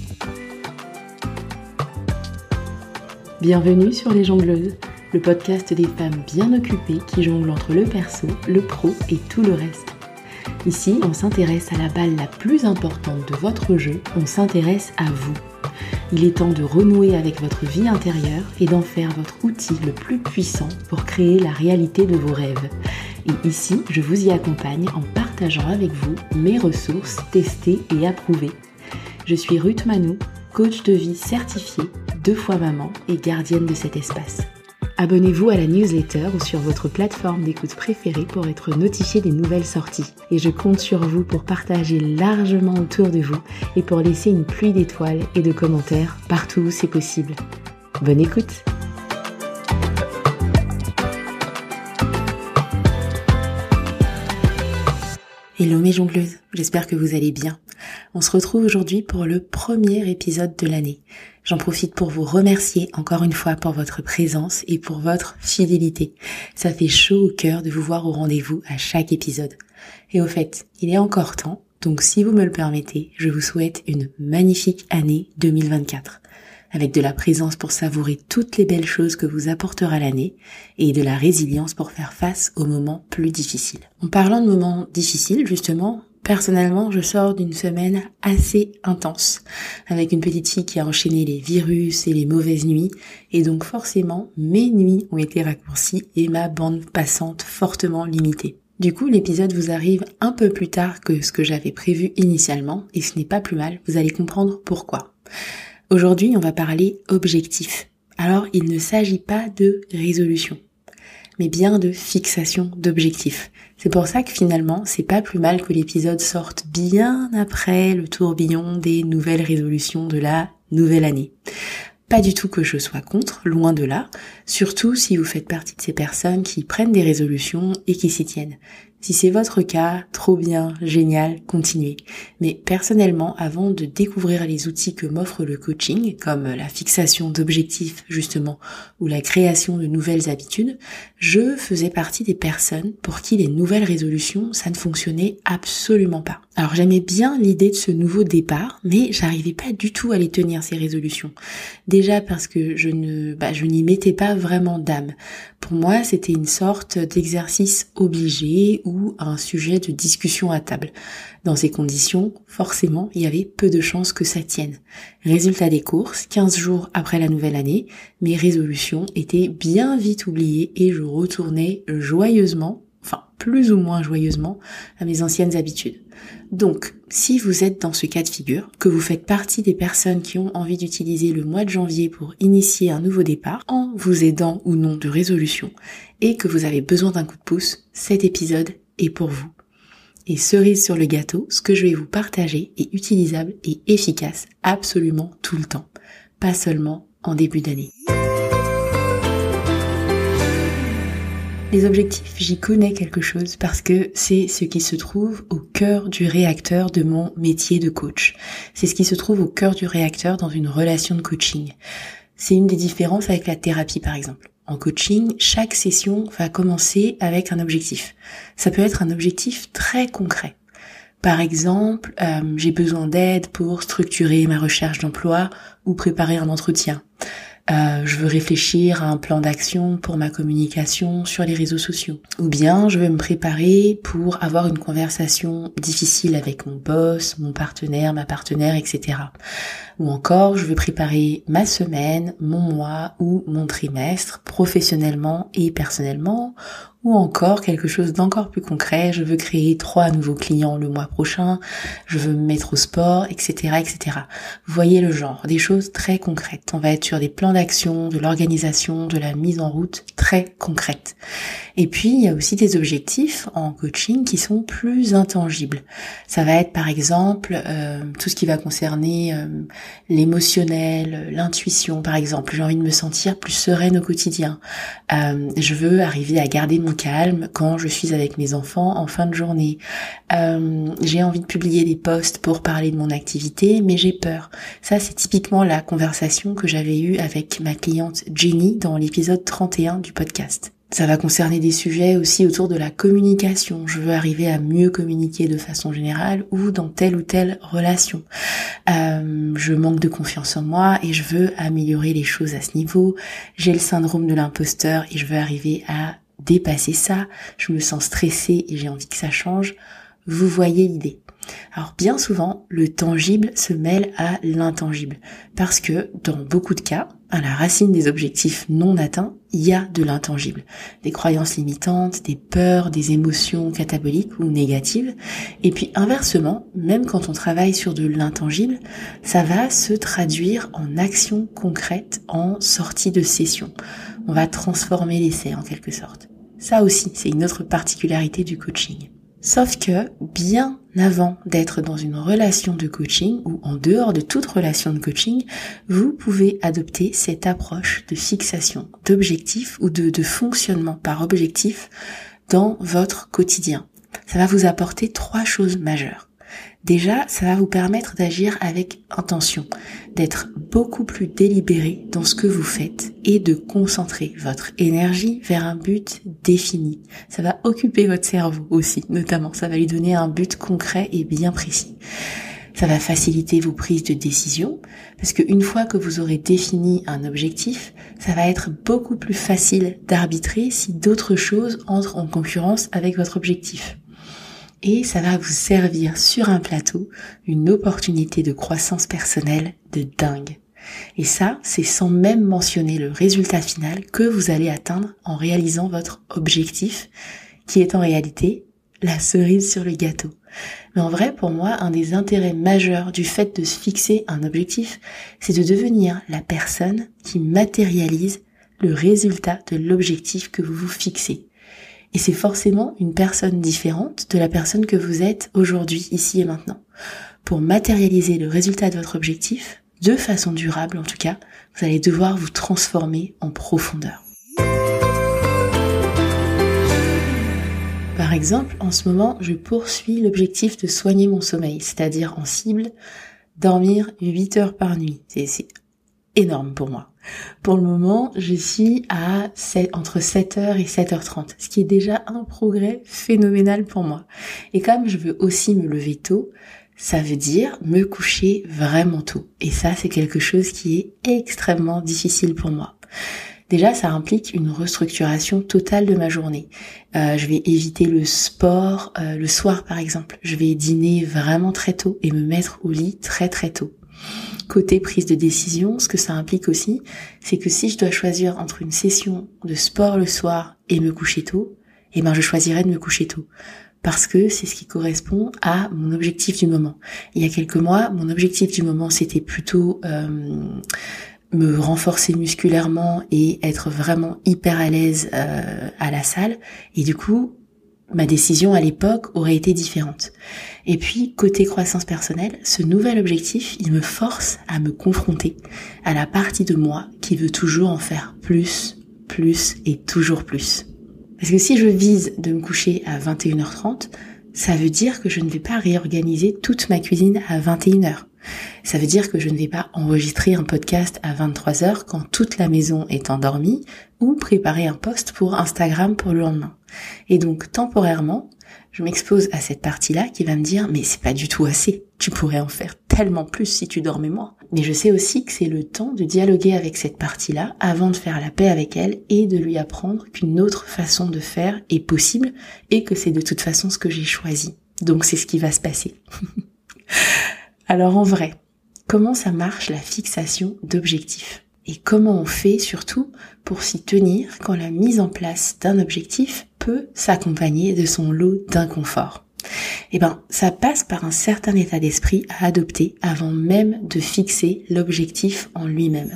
Bienvenue sur Les Jongleuses, le podcast des femmes bien occupées qui jonglent entre le perso, le pro et tout le reste. Ici, on s'intéresse à la balle la plus importante de votre jeu, on s'intéresse à vous. Il est temps de renouer avec votre vie intérieure et d'en faire votre outil le plus puissant pour créer la réalité de vos rêves. Et ici, je vous y accompagne en partageant avec vous mes ressources testées et approuvées. Je suis Ruth Manou, coach de vie certifiée, 2 fois maman et gardienne de cet espace. Abonnez-vous à la newsletter ou sur votre plateforme d'écoute préférée pour être notifié des nouvelles sorties. Et je compte sur vous pour partager largement autour de vous et pour laisser une pluie d'étoiles et de commentaires partout où c'est possible. Bonne écoute! Hello mes jongleuses, j'espère que vous allez bien. On se retrouve aujourd'hui pour le premier épisode de l'année. J'en profite pour vous remercier encore une fois pour votre présence et pour votre fidélité. Ça fait chaud au cœur de vous voir au rendez-vous à chaque épisode. Et au fait, il est encore temps, donc si vous me le permettez, je vous souhaite une magnifique année 2024. Avec de la présence pour savourer toutes les belles choses que vous apportera l'année et de la résilience pour faire face aux moments plus difficiles. En parlant de moments difficiles, justement, personnellement, je sors d'une semaine assez intense, avec une petite fille qui a enchaîné les virus et les mauvaises nuits, et donc forcément, mes nuits ont été raccourcies et ma bande passante fortement limitée. Du coup, l'épisode vous arrive un peu plus tard que ce que j'avais prévu initialement, et ce n'est pas plus mal, vous allez comprendre pourquoi. Aujourd'hui, on va parler objectifs. Alors, il ne s'agit pas de résolution, mais bien de fixation d'objectifs. C'est pour ça que finalement, c'est pas plus mal que l'épisode sorte bien après le tourbillon des nouvelles résolutions de la nouvelle année. Pas du tout que je sois contre, loin de là, surtout si vous faites partie de ces personnes qui prennent des résolutions et qui s'y tiennent. Si c'est votre cas, trop bien, génial, continuez. Mais personnellement, avant de découvrir les outils que m'offre le coaching, comme la fixation d'objectifs justement, ou la création de nouvelles habitudes, je faisais partie des personnes pour qui les nouvelles résolutions, ça ne fonctionnait absolument pas. Alors j'aimais bien l'idée de ce nouveau départ, mais j'arrivais pas du tout à les tenir ces résolutions. Déjà parce que je n'y mettais pas vraiment d'âme. Pour moi, c'était une sorte d'exercice obligé ou un sujet de discussion à table. Dans ces conditions, forcément, il y avait peu de chances que ça tienne. Résultat des courses, 15 jours après la nouvelle année, mes résolutions étaient bien vite oubliées et je retournais joyeusement, enfin plus ou moins joyeusement, à mes anciennes habitudes. Donc, si vous êtes dans ce cas de figure, que vous faites partie des personnes qui ont envie d'utiliser le mois de janvier pour initier un nouveau départ, en vous aidant ou non de résolution, et que vous avez besoin d'un coup de pouce, cet épisode est pour vous. Et cerise sur le gâteau, ce que je vais vous partager est utilisable et efficace absolument tout le temps, pas seulement en début d'année. Les objectifs, j'y connais quelque chose parce que c'est ce qui se trouve au cœur du réacteur de mon métier de coach. C'est ce qui se trouve au cœur du réacteur dans une relation de coaching. C'est une des différences avec la thérapie par exemple. En coaching, chaque session va commencer avec un objectif. Ça peut être un objectif très concret. Par exemple, j'ai besoin d'aide pour structurer ma recherche d'emploi ou préparer un entretien. Je veux réfléchir à un plan d'action pour ma communication sur les réseaux sociaux. Ou bien, je veux me préparer pour avoir une conversation difficile avec mon boss, mon partenaire, ma partenaire, etc. Ou encore, je veux préparer ma semaine, mon mois ou mon trimestre, professionnellement et personnellement. Ou encore, quelque chose d'encore plus concret, je veux créer 3 nouveaux clients le mois prochain, je veux me mettre au sport, etc., etc. Vous voyez le genre, des choses très concrètes. On va être sur des plans d'action, de l'organisation, de la mise en route très concrète. Et puis, il y a aussi des objectifs en coaching qui sont plus intangibles. Ça va être par exemple tout ce qui va concerner l'émotionnel, l'intuition par exemple. J'ai envie de me sentir plus sereine au quotidien. Je veux arriver à garder mon calme quand je suis avec mes enfants en fin de journée. J'ai envie de publier des posts pour parler de mon activité, mais j'ai peur. Ça, c'est typiquement la conversation que j'avais eue avec ma cliente Jenny dans l'épisode 31 du podcast. Ça va concerner des sujets aussi autour de la communication. Je veux arriver à mieux communiquer de façon générale ou dans telle ou telle relation. Je je manque de confiance en moi et je veux améliorer les choses à ce niveau. J'ai le syndrome de l'imposteur et je veux arriver à dépasser ça. Je me sens stressée et j'ai envie que ça change. Vous voyez l'idée. Alors bien souvent, le tangible se mêle à l'intangible parce que dans beaucoup de cas, à la racine des objectifs non atteints, il y a de l'intangible. Des croyances limitantes, des peurs, des émotions cataboliques ou négatives. Et puis inversement, même quand on travaille sur de l'intangible, ça va se traduire en actions concrètes, en sortie de session. On va transformer l'essai en quelque sorte. Ça aussi, c'est une autre particularité du coaching. Sauf que, bien avant d'être dans une relation de coaching ou en dehors de toute relation de coaching, vous pouvez adopter cette approche de fixation d'objectifs ou de fonctionnement par objectif dans votre quotidien. Ça va vous apporter 3 choses majeures. Déjà, ça va vous permettre d'agir avec intention, d'être beaucoup plus délibéré dans ce que vous faites et de concentrer votre énergie vers un but défini. Ça va occuper votre cerveau aussi, notamment. Ça va lui donner un but concret et bien précis. Ça va faciliter vos prises de décision parce qu'une fois que vous aurez défini un objectif, ça va être beaucoup plus facile d'arbitrer si d'autres choses entrent en concurrence avec votre objectif. Et ça va vous servir sur un plateau une opportunité de croissance personnelle de dingue. Et ça, c'est sans même mentionner le résultat final que vous allez atteindre en réalisant votre objectif, qui est en réalité la cerise sur le gâteau. Mais en vrai, pour moi, un des intérêts majeurs du fait de se fixer un objectif, c'est de devenir la personne qui matérialise le résultat de l'objectif que vous vous fixez. Et c'est forcément une personne différente de la personne que vous êtes aujourd'hui, ici et maintenant. Pour matérialiser le résultat de votre objectif, de façon durable en tout cas, vous allez devoir vous transformer en profondeur. Par exemple, en ce moment, je poursuis l'objectif de soigner mon sommeil, c'est-à-dire en cible, dormir 8 heures par nuit. C'est énorme pour moi. Pour le moment, je suis à entre 7h et 7h30, ce qui est déjà un progrès phénoménal pour moi. Et comme je veux aussi me lever tôt, ça veut dire me coucher vraiment tôt. Et ça, c'est quelque chose qui est extrêmement difficile pour moi. Déjà, ça implique une restructuration totale de ma journée. Je vais éviter le sport le soir, par exemple. Je vais dîner vraiment très tôt et me mettre au lit très très tôt. Côté prise de décision, ce que ça implique aussi, c'est que si je dois choisir entre une session de sport le soir et me coucher tôt, je choisirais de me coucher tôt. Parce que c'est ce qui correspond à mon objectif du moment. Il y a quelques mois, mon objectif du moment, c'était plutôt me renforcer musculairement et être vraiment hyper à l'aise à la salle. Et du coup, ma décision à l'époque aurait été différente. Et puis, côté croissance personnelle, ce nouvel objectif, il me force à me confronter à la partie de moi qui veut toujours en faire plus et toujours plus. Parce que si je vise de me coucher à 21h30, ça veut dire que je ne vais pas réorganiser toute ma cuisine à 21h. Ça veut dire que je ne vais pas enregistrer un podcast à 23h quand toute la maison est endormie ou préparer un post pour Instagram pour le lendemain. Et donc, temporairement, je m'expose à cette partie-là qui va me dire « mais c'est pas du tout assez, tu pourrais en faire tellement plus si tu dormais moins ». Mais je sais aussi que c'est le temps de dialoguer avec cette partie-là avant de faire la paix avec elle et de lui apprendre qu'une autre façon de faire est possible et que c'est de toute façon ce que j'ai choisi. Donc c'est ce qui va se passer. Alors en vrai, comment ça marche la fixation d'objectifs ? Et comment on fait surtout pour s'y tenir quand la mise en place d'un objectif peut s'accompagner de son lot d'inconfort ? Ça passe par un certain état d'esprit à adopter avant même de fixer l'objectif en lui-même.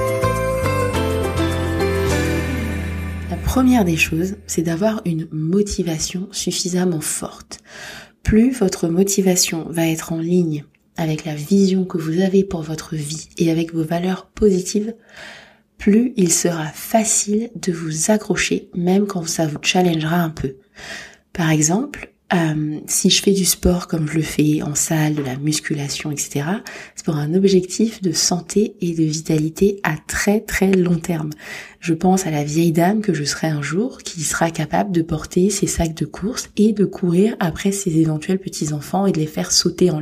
La première des choses, c'est d'avoir une motivation suffisamment forte. Plus votre motivation va être en ligne avec la vision que vous avez pour votre vie et avec vos valeurs positives, plus il sera facile de vous accrocher, même quand ça vous challengera un peu. Par exemple, si je fais du sport comme je le fais en salle, de la musculation, etc., c'est pour un objectif de santé et de vitalité à très très long terme. Je pense à la vieille dame que je serai un jour qui sera capable de porter ses sacs de course et de courir après ses éventuels petits-enfants et de les faire sauter en l'air.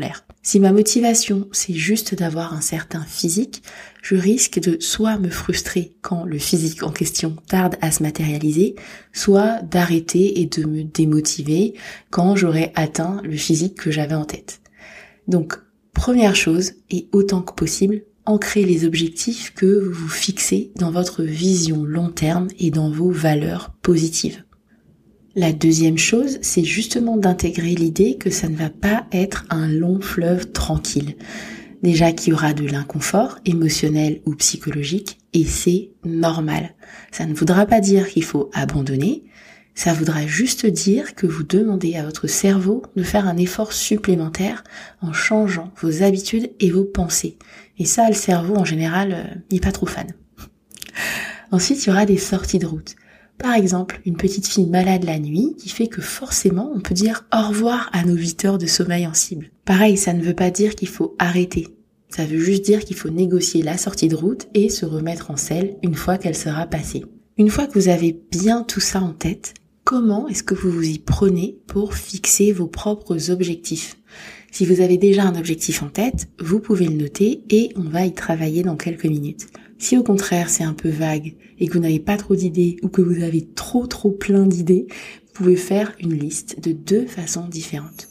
Si ma motivation, c'est juste d'avoir un certain physique, je risque de soit me frustrer quand le physique en question tarde à se matérialiser, soit d'arrêter et de me démotiver quand j'aurai atteint le physique que j'avais en tête. Donc, première chose, et autant que possible, ancrez les objectifs que vous vous fixez dans votre vision long terme et dans vos valeurs positives. La deuxième chose, c'est justement d'intégrer l'idée que ça ne va pas être un long fleuve tranquille. Déjà qu'il y aura de l'inconfort émotionnel ou psychologique, et c'est normal. Ça ne voudra pas dire qu'il faut abandonner, ça voudra juste dire que vous demandez à votre cerveau de faire un effort supplémentaire en changeant vos habitudes et vos pensées. Et ça, le cerveau en général, n'est pas trop fan. Ensuite, il y aura des sorties de route. Par exemple, une petite fille malade la nuit qui fait que forcément on peut dire au revoir à nos 8 heures de sommeil en cible. Pareil, ça ne veut pas dire qu'il faut arrêter. Ça veut juste dire qu'il faut négocier la sortie de route et se remettre en selle une fois qu'elle sera passée. Une fois que vous avez bien tout ça en tête, comment est-ce que vous vous y prenez pour fixer vos propres objectifs ? Si vous avez déjà un objectif en tête, vous pouvez le noter et on va y travailler dans quelques minutes. Si au contraire c'est un peu vague et que vous n'avez pas trop d'idées ou que vous avez trop plein d'idées, vous pouvez faire une liste de 2 façons différentes.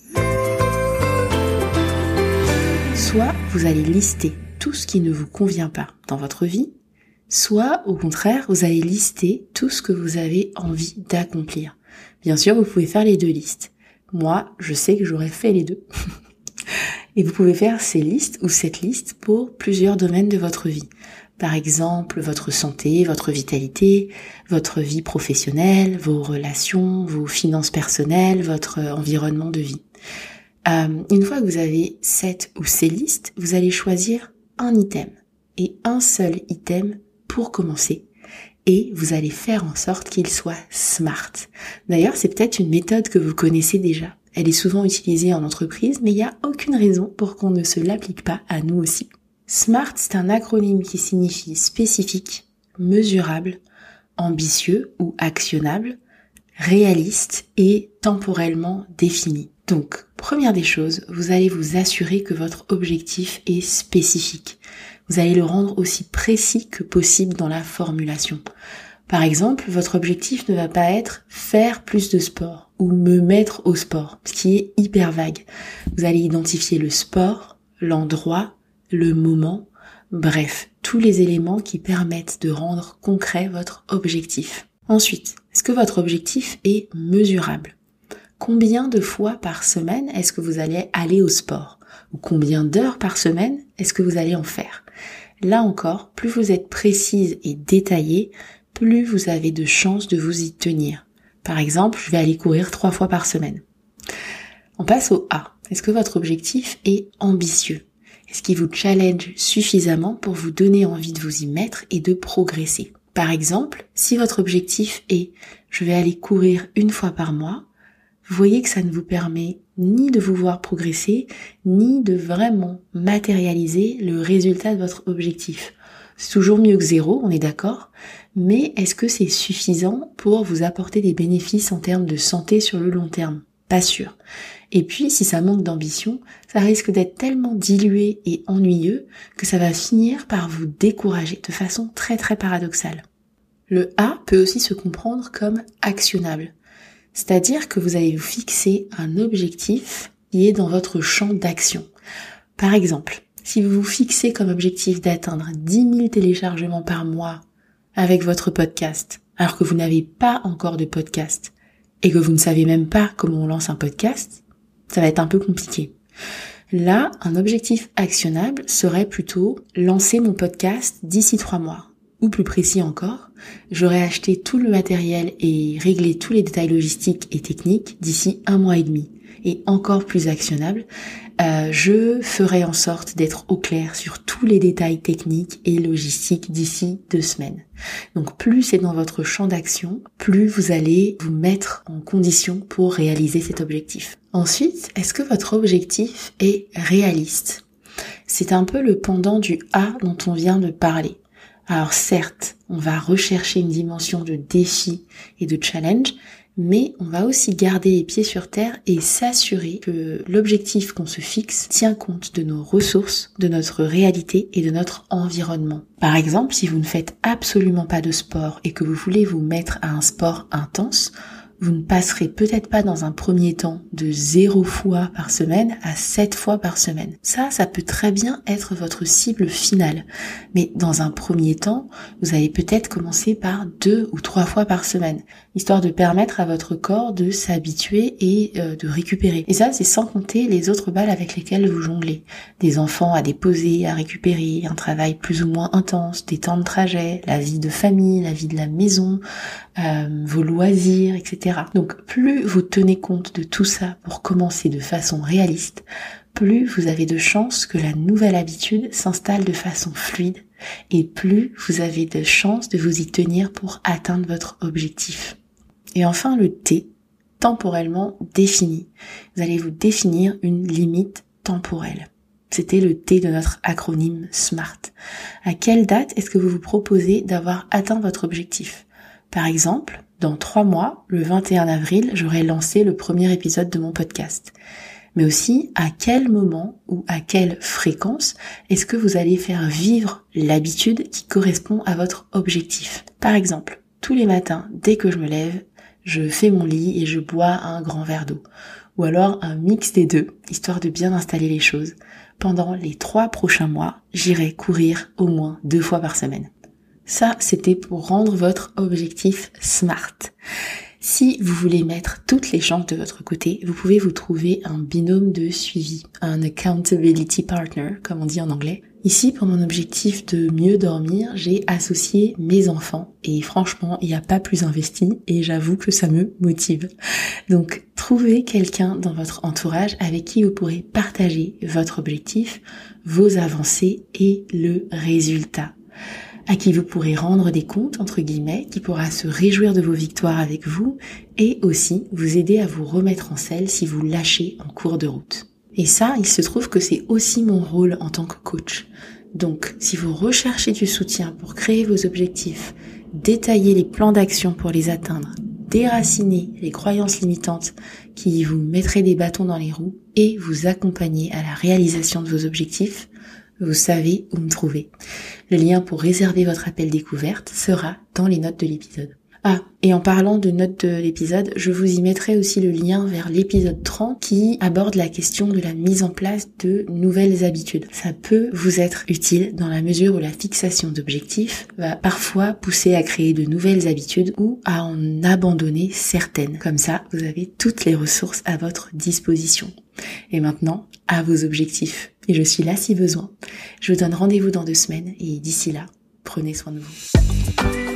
Soit vous allez lister tout ce qui ne vous convient pas dans votre vie, soit au contraire vous allez lister tout ce que vous avez envie d'accomplir. Bien sûr, vous pouvez faire les 2 listes. Moi, je sais que j'aurais fait les 2. Et vous pouvez faire ces listes ou cette liste pour plusieurs domaines de votre vie. Par exemple, votre santé, votre vitalité, votre vie professionnelle, vos relations, vos finances personnelles, votre environnement de vie. Une fois que vous avez cette ou ces listes, vous allez choisir un item et un seul item pour commencer. Et vous allez faire en sorte qu'il soit SMART. D'ailleurs, c'est peut-être une méthode que vous connaissez déjà. Elle est souvent utilisée en entreprise, mais il n'y a aucune raison pour qu'on ne se l'applique pas à nous aussi. SMART, c'est un acronyme qui signifie spécifique, mesurable, ambitieux ou actionnable, réaliste et temporellement défini. Donc, première des choses, vous allez vous assurer que votre objectif est spécifique. Vous allez le rendre aussi précis que possible dans la formulation. Par exemple, votre objectif ne va pas être faire plus de sport ou me mettre au sport, ce qui est hyper vague. Vous allez identifier le sport, l'endroit, le moment, bref, tous les éléments qui permettent de rendre concret votre objectif. Ensuite, est-ce que votre objectif est mesurable ? Combien de fois par semaine est-ce que vous allez aller au sport ? Ou combien d'heures par semaine est-ce que vous allez en faire ? Là encore, plus vous êtes précise et détaillée, plus vous avez de chances de vous y tenir. Par exemple, je vais aller courir 3 fois par semaine. On passe au A. Est-ce que votre objectif est ambitieux ? Est-ce qu'il vous challenge suffisamment pour vous donner envie de vous y mettre et de progresser ? Par exemple, si votre objectif est « je vais aller courir 1 fois par mois », vous voyez que ça ne vous permet ni de vous voir progresser, ni de vraiment matérialiser le résultat de votre objectif. C'est toujours mieux que 0, on est d'accord, mais est-ce que c'est suffisant pour vous apporter des bénéfices en termes de santé sur le long terme ? Pas sûr. Et puis, si ça manque d'ambition, ça risque d'être tellement dilué et ennuyeux que ça va finir par vous décourager de façon très paradoxale. Le A peut aussi se comprendre comme actionnable. C'est-à-dire que vous allez vous fixer un objectif qui est dans votre champ d'action. Par exemple, si vous vous fixez comme objectif d'atteindre 10 000 téléchargements par mois avec votre podcast, alors que vous n'avez pas encore de podcast, et que vous ne savez même pas comment on lance un podcast, ça va être un peu compliqué. Là, un objectif actionnable serait plutôt lancer mon podcast d'ici 3 mois. Ou plus précis encore, j'aurais acheté tout le matériel et réglé tous les détails logistiques et techniques d'ici 1 mois et demi. Et encore plus actionnable, je ferai en sorte d'être au clair sur tous les détails techniques et logistiques d'ici 2 semaines. Donc plus c'est dans votre champ d'action, plus vous allez vous mettre en condition pour réaliser cet objectif. Ensuite, est-ce que votre objectif est réaliste ? C'est un peu le pendant du A dont on vient de parler. Alors certes, on va rechercher une dimension de défi et de challenge, mais on va aussi garder les pieds sur terre et s'assurer que l'objectif qu'on se fixe tient compte de nos ressources, de notre réalité et de notre environnement. Par exemple, si vous ne faites absolument pas de sport et que vous voulez vous mettre à un sport intense, vous ne passerez peut-être pas dans un premier temps de 0 fois par semaine à 7 fois par semaine. Ça peut très bien être votre cible finale. Mais dans un premier temps, vous allez peut-être commencer par 2 ou 3 fois par semaine, histoire de permettre à votre corps de s'habituer et de récupérer. Et ça, c'est sans compter les autres balles avec lesquelles vous jonglez. Des enfants à déposer, à récupérer, un travail plus ou moins intense, des temps de trajet, la vie de famille, la vie de la maison, vos loisirs, etc. Donc plus vous tenez compte de tout ça pour commencer de façon réaliste, plus vous avez de chances que la nouvelle habitude s'installe de façon fluide et plus vous avez de chances de vous y tenir pour atteindre votre objectif. Et enfin le T, temporellement défini. Vous allez vous définir une limite temporelle. C'était le T de notre acronyme SMART. À quelle date est-ce que vous vous proposez d'avoir atteint votre objectif ? Par exemple, dans 3 mois, le 21 avril, j'aurai lancé le premier épisode de mon podcast. Mais aussi, à quel moment ou à quelle fréquence est-ce que vous allez faire vivre l'habitude qui correspond à votre objectif ? Par exemple, tous les matins, dès que je me lève, je fais mon lit et je bois un grand verre d'eau. Ou alors un mix des deux, histoire de bien installer les choses. Pendant les 3 prochains mois, j'irai courir au moins 2 fois par semaine. Ça, c'était pour rendre votre objectif SMART. Si vous voulez mettre toutes les chances de votre côté, vous pouvez vous trouver un binôme de suivi, un accountability partner, comme on dit en anglais. Ici, pour mon objectif de mieux dormir, j'ai associé mes enfants et franchement, il n'y a pas plus investi et j'avoue que ça me motive. Donc, trouvez quelqu'un dans votre entourage avec qui vous pourrez partager votre objectif, vos avancées et le résultat. À qui vous pourrez rendre des comptes, entre guillemets, qui pourra se réjouir de vos victoires avec vous et aussi vous aider à vous remettre en selle si vous lâchez en cours de route. Et ça, il se trouve que c'est aussi mon rôle en tant que coach. Donc, si vous recherchez du soutien pour créer vos objectifs, détailler les plans d'action pour les atteindre, déraciner les croyances limitantes qui vous mettraient des bâtons dans les roues et vous accompagner à la réalisation de vos objectifs, vous savez où me trouver. Le lien pour réserver votre appel découverte sera dans les notes de l'épisode. Ah, et en parlant de notes de l'épisode, je vous y mettrai aussi le lien vers l'épisode 30 qui aborde la question de la mise en place de nouvelles habitudes. Ça peut vous être utile dans la mesure où la fixation d'objectifs va parfois pousser à créer de nouvelles habitudes ou à en abandonner certaines. Comme ça, vous avez toutes les ressources à votre disposition. Et maintenant, à vos objectifs. Et je suis là si besoin. Je vous donne rendez-vous dans 2 semaines et d'ici là, prenez soin de vous.